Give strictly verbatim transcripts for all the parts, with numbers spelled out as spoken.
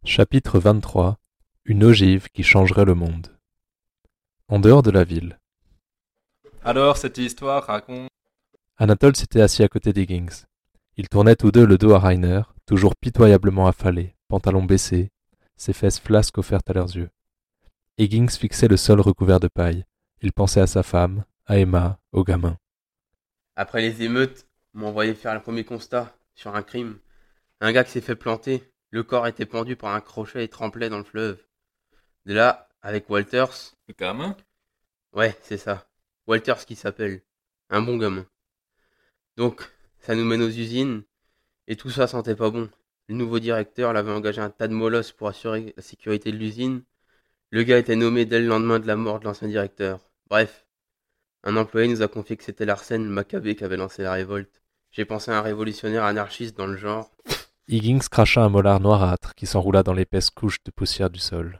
Chapitre vingt-trois. Une ogive qui changerait le monde. En dehors de la ville, Alors, cette histoire raconte... Anatole s'était assis à côté d'Higgins. Ils tournaient tous deux le dos à Rainer, toujours pitoyablement affalé, pantalon baissé, ses fesses flasques offertes à leurs yeux. Higgins fixait le sol recouvert de paille. Il pensait à sa femme, à Emma, au gamin. Après les émeutes, on m'a envoyé faire le premier constat sur un crime. Un gars qui s'est fait planter, le corps était pendu par un crochet et tremplait dans le fleuve. De là, avec Walters... Le gamin? Ouais, c'est ça. Walters qui s'appelle. Un bon gamin. Donc, ça nous mène aux usines, et tout ça sentait pas bon. Le nouveau directeur l'avait engagé un tas de molosses pour assurer la sécurité de l'usine. Le gars était nommé dès le lendemain de la mort de l'ancien directeur. Bref, un employé nous a confié que c'était Larsen Maccabée qui avait lancé la révolte. J'ai pensé à un révolutionnaire anarchiste dans le genre. Higgins cracha un molar noirâtre qui s'enroula dans l'épaisse couche de poussière du sol.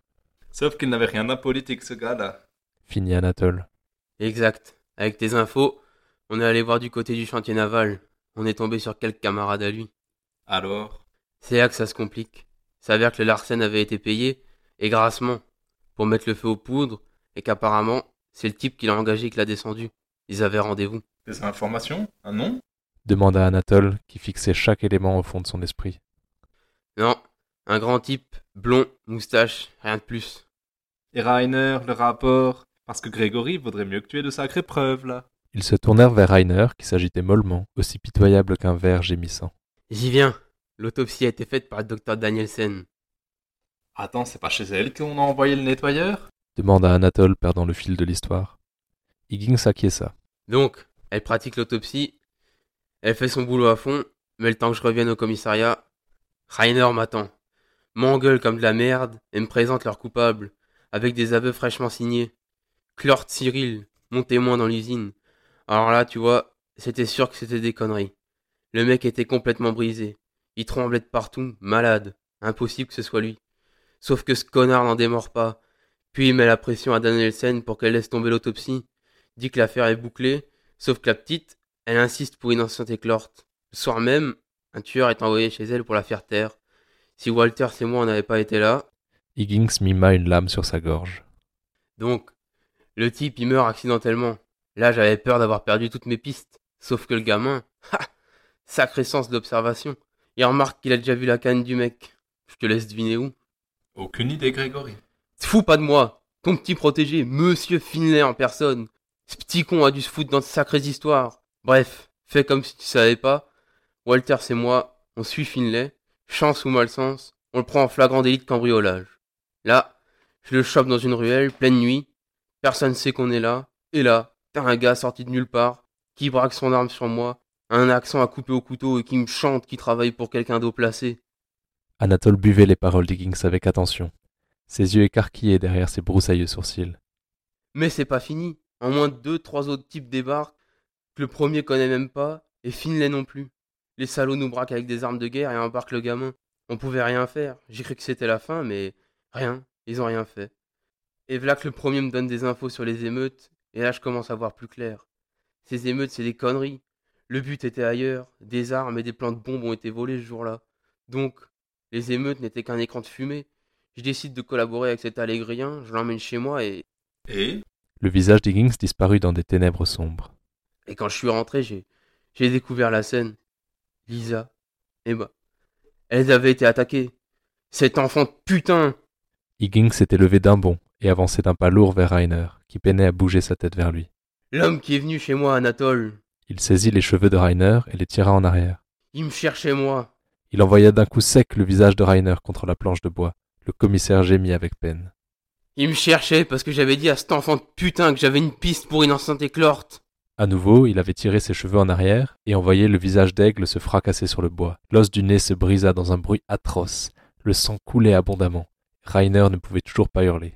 Sauf qu'il n'avait rien d'un politique, ce gars-là. Finit Anatole. Exact. Avec tes infos, on est allé voir du côté du chantier naval. On est tombé sur quelques camarades à lui. Alors? C'est là que ça se complique. Il s'avère que le Larsen avait été payé, et grassement, pour mettre le feu aux poudres, et qu'apparemment, c'est le type qui l'a engagé qui l'a descendu. Ils avaient rendez-vous. Des informations? Un nom? Demanda Anatole, qui fixait chaque élément au fond de son esprit. Non, un grand type, blond, moustache, rien de plus. Et Rainer, le rapport? Parce que Grégory vaudrait mieux que tu aies de sacrées preuves, là. Ils se tournèrent vers Rainer, qui s'agitait mollement, aussi pitoyable qu'un ver gémissant. J'y viens. L'autopsie a été faite par le docteur Danielsen. Attends, c'est pas chez elle qu'on a envoyé le nettoyeur? Demanda Anatole, perdant le fil de l'histoire. Higgins acquiesça. Donc, elle pratique l'autopsie, elle fait son boulot à fond, mais le temps que je revienne au commissariat, Rainer m'attend, m'engueule comme de la merde et me présente leur coupable, avec des aveux fraîchement signés. Clort Cyril, mon témoin dans l'usine. Alors là, tu vois, c'était sûr que c'était des conneries. Le mec était complètement brisé. Il tremblait de partout, malade. Impossible que ce soit lui. Sauf que ce connard n'en démord pas. Puis il met la pression à Danielsen pour qu'elle laisse tomber l'autopsie. Dit que l'affaire est bouclée, sauf que la petite, elle insiste pour innocenter Clort. Le soir même, un tueur est envoyé chez elle pour la faire taire. Si Walters et moi on n'avait pas été là... Higgins mima une lame sur sa gorge. Donc, le type il meurt accidentellement. Là j'avais peur d'avoir perdu toutes mes pistes. Sauf que le gamin, ha, sacré sens d'observation. Il remarque qu'il a déjà vu la canne du mec. Je te laisse deviner où. Aucune idée, Grégory. Te fous pas de moi. Ton petit protégé, Monsieur Finlay en personne. Ce petit con a dû se foutre dans de sacrées histoires. Bref, fais comme si tu savais pas. Walter c'est moi, on suit Finlay. Chance ou malchance, on le prend en flagrant délit de cambriolage. Là, je le chope dans une ruelle, pleine nuit. Personne sait qu'on est là. Et là, t'as un gars sorti de nulle part, qui braque son arme sur moi, un accent à couper au couteau et qui me chante qu'il travaille pour quelqu'un d'eau placé. Anatole buvait les paroles d'Higgins avec attention, ses yeux écarquillés derrière ses broussailleux sourcils. Mais c'est pas fini. En moins de deux, trois autres types débarquent, que le premier connaît même pas, et Finlay non plus. Les salauds nous braquent avec des armes de guerre et embarquent le gamin. On pouvait rien faire. J'ai cru que c'était la fin, mais rien. Ils ont rien fait. Et voilà que le premier me donne des infos sur les émeutes, et là je commence à voir plus clair. Ces émeutes, c'est des conneries. Le but était ailleurs. Des armes et des plans de bombes ont été volés ce jour-là. Donc, les émeutes n'étaient qu'un écran de fumée. Je décide de collaborer avec cet allégrien, je l'emmène chez moi et... Et? Le visage d'Higgins disparut dans des ténèbres sombres. Et quand je suis rentré, j'ai, j'ai découvert la scène. Lisa, Emma, elles avaient été attaquées. Cet enfant de putain! Higgins s'était levé d'un bond et avançait d'un pas lourd vers Rainer, qui peinait à bouger sa tête vers lui. L'homme qui est venu chez moi, Anatole. Il saisit les cheveux de Rainer et les tira en arrière. Il me cherchait moi. Il envoya d'un coup sec le visage de Rainer contre la planche de bois. Le commissaire gémit avec peine. Il me cherchait parce que j'avais dit à cet enfant de putain que j'avais une piste pour innocenter Clort. À nouveau, il avait tiré ses cheveux en arrière et envoyé le visage d'Aigle se fracasser sur le bois. L'os du nez se brisa dans un bruit atroce. Le sang coulait abondamment. Rainer ne pouvait toujours pas hurler.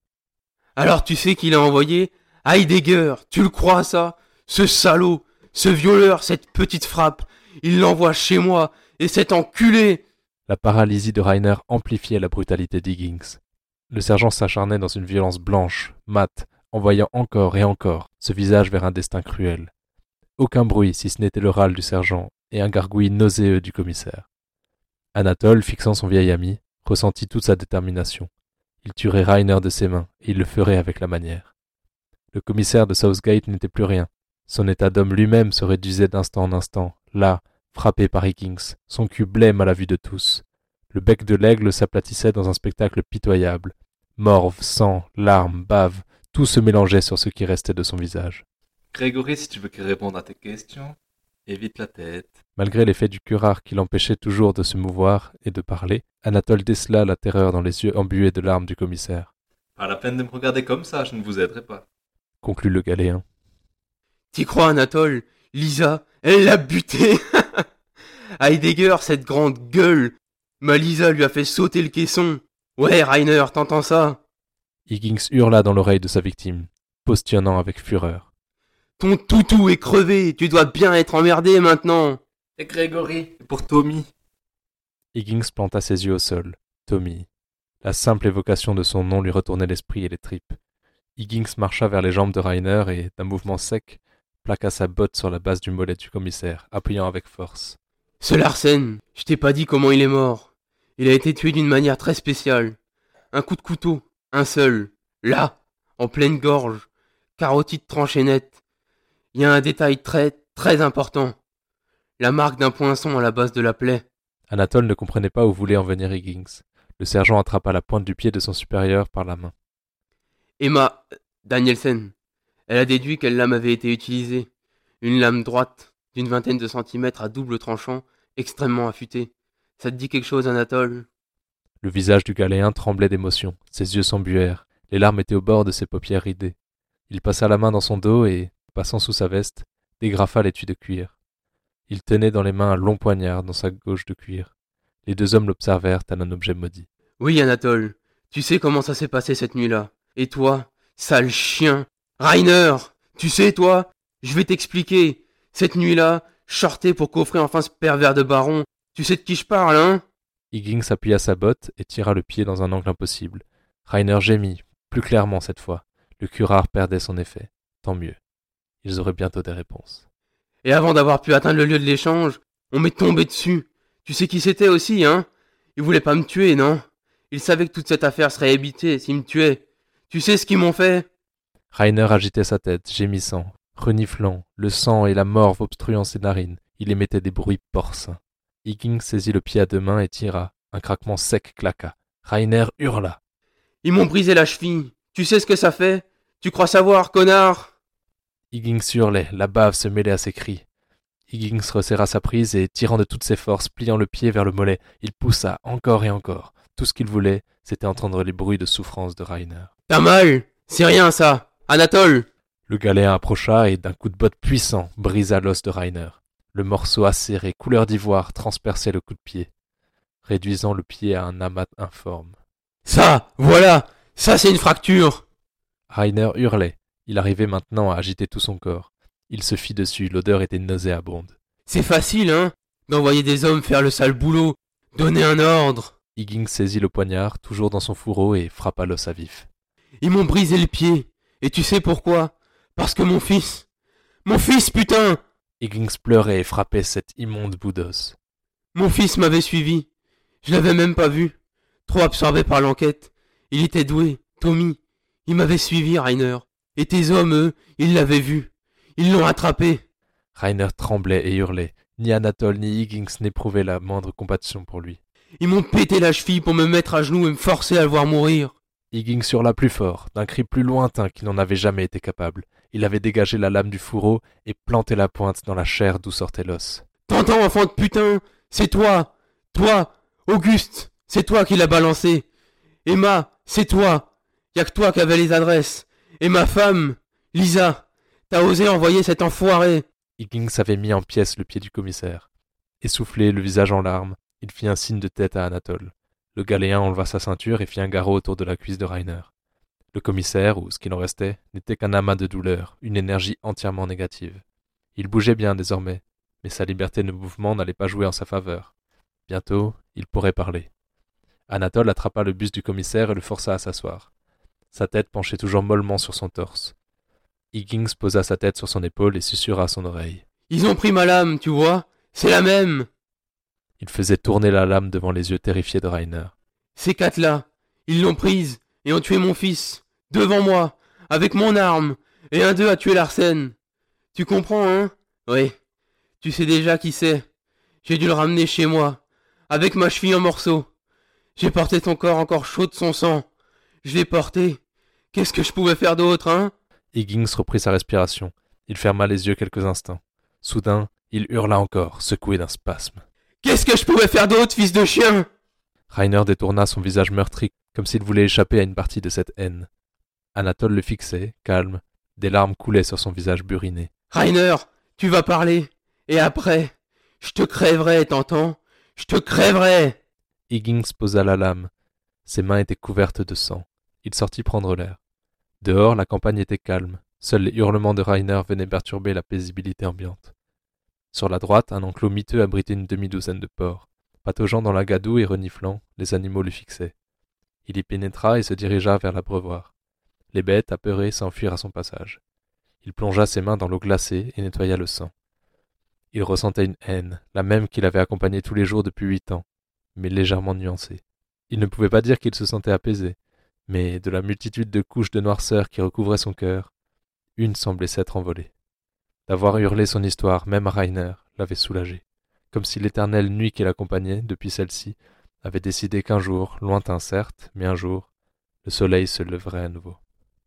Alors tu sais qui l'a envoyé? Heidegger, tu le crois ça? Ce salaud, ce violeur, cette petite frappe, il l'envoie chez moi, et cet enculé! La paralysie de Rainer amplifiait la brutalité d'Higgins. Le sergent s'acharnait dans une violence blanche, mate, envoyant encore et encore ce visage vers un destin cruel. Aucun bruit si ce n'était le râle du sergent et un gargouillis nauséeux du commissaire. Anatole, fixant son vieil ami, ressentit toute sa détermination. Il tuerait Rainer de ses mains, et il le ferait avec la manière. Le commissaire de Southgate n'était plus rien. Son état d'homme lui-même se réduisait d'instant en instant, là, frappé par Higgins, son cul blême à la vue de tous. Le bec de l'aigle s'aplatissait dans un spectacle pitoyable. Morve, sang, larmes, bave, tout se mélangeait sur ce qui restait de son visage. Grégory, si tu veux qu'il réponde à tes questions, évite la tête. Malgré l'effet du curare qui l'empêchait toujours de se mouvoir et de parler, Anatole décela la terreur dans les yeux embués de larmes du commissaire. Pas la peine de me regarder comme ça, je ne vous aiderai pas. Conclut le Galéen. T'y crois, Anatole? Lisa, elle l'a buté. Heidegger, cette grande gueule. Ma Lisa lui a fait sauter le caisson. Ouais, Rainer, t'entends ça? Higgins hurla dans l'oreille de sa victime, postillonnant avec fureur. Ton toutou est crevé, tu dois bien être emmerdé maintenant. Et Grégory, et pour Tommy? Higgins planta ses yeux au sol. Tommy. La simple évocation de son nom lui retournait l'esprit et les tripes. Higgins marcha vers les jambes de Rainer et, d'un mouvement sec, plaqua sa botte sur la base du mollet du commissaire, appuyant avec force. Ce Larsen, je t'ai pas dit comment il est mort. Il a été tué d'une manière très spéciale. Un coup de couteau, un seul, là, en pleine gorge, carotide tranchée nette. Il y a un détail très, très important. La marque d'un poinçon à la base de la plaie. Anatole ne comprenait pas où voulait en venir Higgins. Le sergent attrapa la pointe du pied de son supérieur par la main. Emma Danielsen, elle a déduit quelle lame avait été utilisée. Une lame droite, d'une vingtaine de centimètres à double tranchant, extrêmement affûtée. Ça te dit quelque chose, Anatole? Le visage du Galéen tremblait d'émotion, ses yeux s'embuèrent, les larmes étaient au bord de ses paupières ridées. Il passa la main dans son dos et, passant sous sa veste, dégrafa l'étui de cuir. Il tenait dans les mains un long poignard dans sa gauche de cuir. Les deux hommes l'observèrent tel un objet maudit. Oui, Anatole, tu sais comment ça s'est passé cette nuit-là. Et toi, sale chien, Rainer, tu sais, toi, je vais t'expliquer. Cette nuit-là, je sortais pour coffrer enfin ce pervers de baron. Tu sais de qui je parle, hein? Higgins appuya sa botte et tira le pied dans un angle impossible. Rainer gémit, plus clairement cette fois. Le curare perdait son effet. Tant mieux. Ils auraient bientôt des réponses. Et avant d'avoir pu atteindre le lieu de l'échange, on m'est tombé dessus. Tu sais qui c'était aussi, hein? Ils voulaient pas me tuer, non? Ils savaient que toute cette affaire serait évitée s'ils me tuaient. Tu sais ce qu'ils m'ont fait? Rainer agitait sa tête, gémissant, reniflant, le sang et la morve obstruant ses narines. Il émettait des bruits porcins. Higgins saisit le pied à deux mains et tira. Un craquement sec claqua. Rainer hurla. Ils m'ont brisé la cheville. Tu sais ce que ça fait? Tu crois savoir, connard? Higgins hurlait, la bave se mêlait à ses cris. Higgins resserra sa prise et, tirant de toutes ses forces, pliant le pied vers le mollet, il poussa encore et encore. Tout ce qu'il voulait, c'était entendre les bruits de souffrance de Rainer. T'as mal? C'est rien, ça. Anatole! Le Galéen approcha et, d'un coup de botte puissant, brisa l'os de Rainer. Le morceau acéré, couleur d'ivoire, transperçait le coup de pied, réduisant le pied à un amas informe. Ça, voilà! Ça, c'est une fracture! Rainer hurlait. Il arrivait maintenant à agiter tout son corps. Il se fit dessus, l'odeur était nauséabonde. C'est facile, hein? D'envoyer des hommes faire le sale boulot. Donner un ordre. Higgins saisit le poignard, toujours dans son fourreau, et frappa l'os à vif. Ils m'ont brisé le pied. Et tu sais pourquoi? Parce que mon fils... Mon fils, putain! Higgins pleurait et frappait cette immonde bout d'os. Mon fils m'avait suivi. Je l'avais même pas vu. Trop absorbé par l'enquête. Il était doué, Tommy. Il m'avait suivi, Rainer. Et tes hommes, eux, ils l'avaient vu. Ils l'ont attrapé. Rainer tremblait et hurlait. Ni Anatole ni Higgins n'éprouvaient la moindre compassion pour lui. Ils m'ont pété la cheville pour me mettre à genoux et me forcer à le voir mourir. Higgins hurla plus fort, d'un cri plus lointain qu'il n'en avait jamais été capable. Il avait dégagé la lame du fourreau et planté la pointe dans la chair d'où sortait l'os. T'entends, enfant de putain? C'est toi! Toi! Auguste! C'est toi qui l'as balancé! Emma! C'est toi! Y'a que toi qui avais les adresses! Et ma femme! Lisa! T'as osé envoyer cet enfoiré! Higgins avait mis en pièces le pied du commissaire. Essoufflé, le visage en larmes, il fit un signe de tête à Anatole. Le Galéen enleva sa ceinture et fit un garrot autour de la cuisse de Rainer. Le commissaire, ou ce qu'il en restait, n'était qu'un amas de douleur, une énergie entièrement négative. Il bougeait bien désormais, mais sa liberté de mouvement n'allait pas jouer en sa faveur. Bientôt, il pourrait parler. Anatole attrapa le buste du commissaire et le força à s'asseoir. Sa tête penchait toujours mollement sur son torse. Higgins posa sa tête sur son épaule et susurra à son oreille. « Ils ont pris ma lame, tu vois? C'est la même !» Il faisait tourner la lame devant les yeux terrifiés de Rainer. Ces quatre-là, ils l'ont prise et ont tué mon fils, devant moi, avec mon arme, et un d'eux a tué Larsen. Tu comprends, hein? Oui. Tu sais déjà qui c'est. J'ai dû le ramener chez moi, avec ma cheville en morceaux. J'ai porté ton corps encore chaud de son sang. Je l'ai porté. Qu'est-ce que je pouvais faire d'autre, hein? Higgins reprit sa respiration. Il ferma les yeux quelques instants. Soudain, il hurla encore, secoué d'un spasme. Qu'est-ce que je pouvais faire d'autre, fils de chien? Rainer détourna son visage meurtri, comme s'il voulait échapper à une partie de cette haine. Anatole le fixait, calme. Des larmes coulaient sur son visage buriné. Rainer, tu vas parler. Et après, je te crèverai, t'entends? Je te crèverai! Higgins posa la lame. Ses mains étaient couvertes de sang. Il sortit prendre l'air. Dehors, la campagne était calme. Seuls les hurlements de Rainer venaient perturber la paisibilité ambiante. Sur la droite, un enclos miteux abritait une demi-douzaine de porcs. Pataugeant dans la gadoue et reniflant, les animaux le fixaient. Il y pénétra et se dirigea vers l'abreuvoir. Les bêtes, apeurées, s'enfuirent à son passage. Il plongea ses mains dans l'eau glacée et nettoya le sang. Il ressentait une haine, la même qu'il avait accompagnée tous les jours depuis huit ans, mais légèrement nuancée. Il ne pouvait pas dire qu'il se sentait apaisé, mais de la multitude de couches de noirceur qui recouvraient son cœur, une semblait s'être envolée. D'avoir hurlé son histoire, même à Rainer, l'avait soulagé, comme si l'éternelle nuit qui l'accompagnait, depuis celle-ci, avait décidé qu'un jour, lointain certes, mais un jour, le soleil se leverait à nouveau.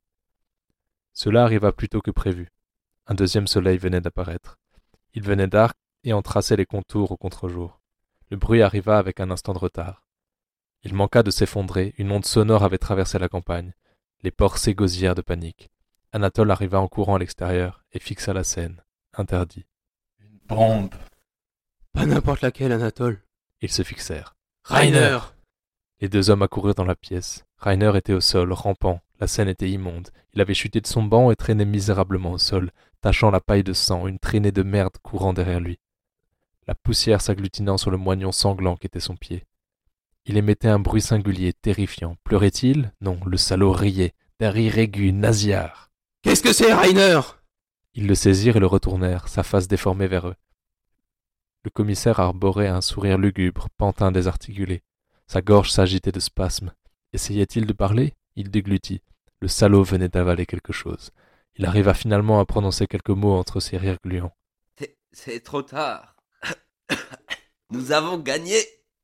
Cela arriva plus tôt que prévu. Un deuxième soleil venait d'apparaître. Il venait d'arc et en traçait les contours au contre-jour. Le bruit arriva avec un instant de retard. Il manqua de s'effondrer, une onde sonore avait traversé la campagne. Les porcs s'égosillèrent de panique. Anatole arriva en courant à l'extérieur et fixa la scène. Interdit. Une bombe. Pas n'importe laquelle, Anatole. Ils se fixèrent. Rainer! Les deux hommes accoururent dans la pièce. Rainer était au sol, rampant. La scène était immonde. Il avait chuté de son banc et traînait misérablement au sol, tachant la paille de sang, une traînée de merde courant derrière lui. La poussière s'agglutinant sur le moignon sanglant qu'était son pied. Il émettait un bruit singulier, terrifiant. Pleurait-il? Non, le salaud riait, d'un rire aigu, nasillard. « Qu'est-ce que c'est, Rainer ?» Ils le saisirent et le retournèrent, sa face déformée vers eux. Le commissaire arborait un sourire lugubre, pantin désarticulé. Sa gorge s'agitait de spasmes. Essayait-il de parler? Il déglutit. Le salaud venait d'avaler quelque chose. Il arriva finalement à prononcer quelques mots entre ses rires gluants. C'est, c'est trop tard. Nous avons gagné.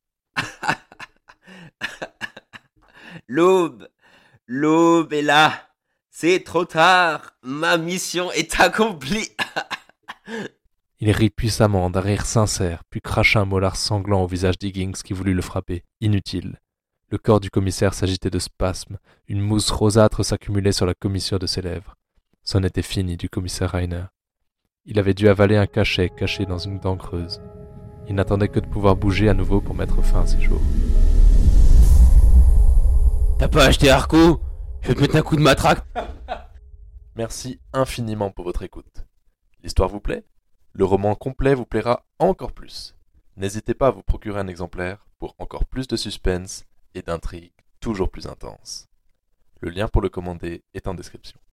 L'aube, l'aube est là. C'est trop tard. Ma mission est accomplie. Il rit puissamment d'un rire sincère, puis cracha un molar sanglant au visage d'Higgins qui voulut le frapper. Inutile. Le corps du commissaire s'agitait de spasmes. Une mousse rosâtre s'accumulait sur la commissure de ses lèvres. C'en était fini du commissaire Rainer. Il avait dû avaler un cachet caché dans une dent creuse. Il n'attendait que de pouvoir bouger à nouveau pour mettre fin à ses jours. T'as pas acheté Arco? Je vais te mettre un coup de matraque. Merci infiniment pour votre écoute. L'histoire vous plaît? Le roman complet vous plaira encore plus. N'hésitez pas à vous procurer un exemplaire pour encore plus de suspense et d'intrigues toujours plus intenses. Le lien pour le commander est en description.